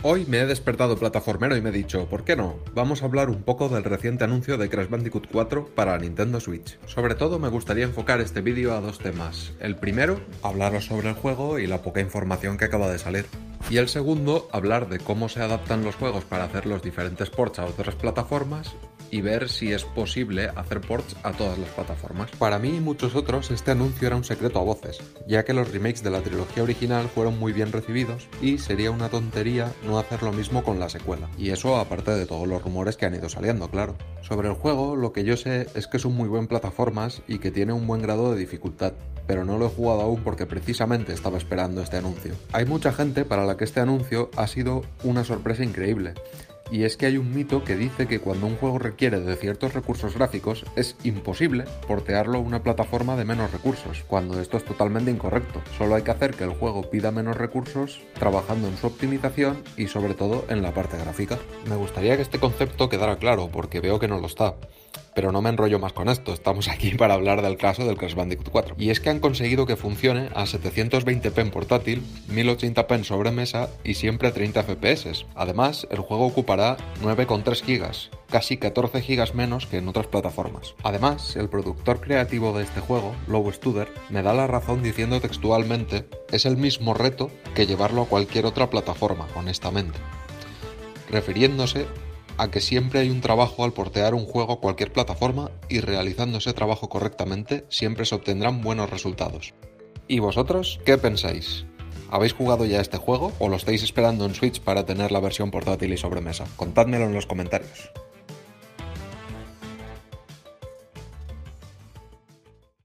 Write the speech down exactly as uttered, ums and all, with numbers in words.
Hoy me he despertado plataformero y me he dicho, ¿por qué no? Vamos a hablar un poco del reciente anuncio de Crash Bandicoot cuatro para Nintendo Switch. Sobre todo me gustaría enfocar este vídeo a dos temas. El primero, hablaros sobre el juego y la poca información que acaba de salir. Y el segundo, hablar de cómo se adaptan los juegos para hacer los diferentes ports a otras plataformas y ver si es posible hacer ports a todas las plataformas. Para mí y muchos otros, este anuncio era un secreto a voces, ya que los remakes de la trilogía original fueron muy bien recibidos y sería una tontería no hacer lo mismo con la secuela. Y eso aparte de todos los rumores que han ido saliendo, claro. Sobre el juego, lo que yo sé es que es un muy buen plataformas y que tiene un buen grado de dificultad, pero no lo he jugado aún porque precisamente estaba esperando este anuncio. Hay mucha gente para la que este anuncio ha sido una sorpresa increíble. Y es que hay un mito que dice que cuando un juego requiere de ciertos recursos gráficos es imposible portearlo a una plataforma de menos recursos, cuando esto es totalmente incorrecto. Solo hay que hacer que el juego pida menos recursos trabajando en su optimización y sobre todo en la parte gráfica. Me gustaría que este concepto quedara claro porque veo que no lo está. Pero no me enrollo más con esto, estamos aquí para hablar del caso del Crash Bandicoot cuatro. Y es que han conseguido que funcione a setecientos veinte p en portátil, mil ochenta p en sobremesa y siempre a treinta F P S. Además, el juego ocupará nueve coma tres gigas, casi catorce gigas menos que en otras plataformas. Además, el productor creativo de este juego, Low Studer, me da la razón diciendo textualmente: es el mismo reto que llevarlo a cualquier otra plataforma, honestamente. Refiriéndose a que siempre hay un trabajo al portear un juego a cualquier plataforma y realizando ese trabajo correctamente siempre se obtendrán buenos resultados. ¿Y vosotros qué pensáis? ¿Habéis jugado ya este juego o lo estáis esperando en Switch para tener la versión portátil y sobremesa? Contádmelo en los comentarios.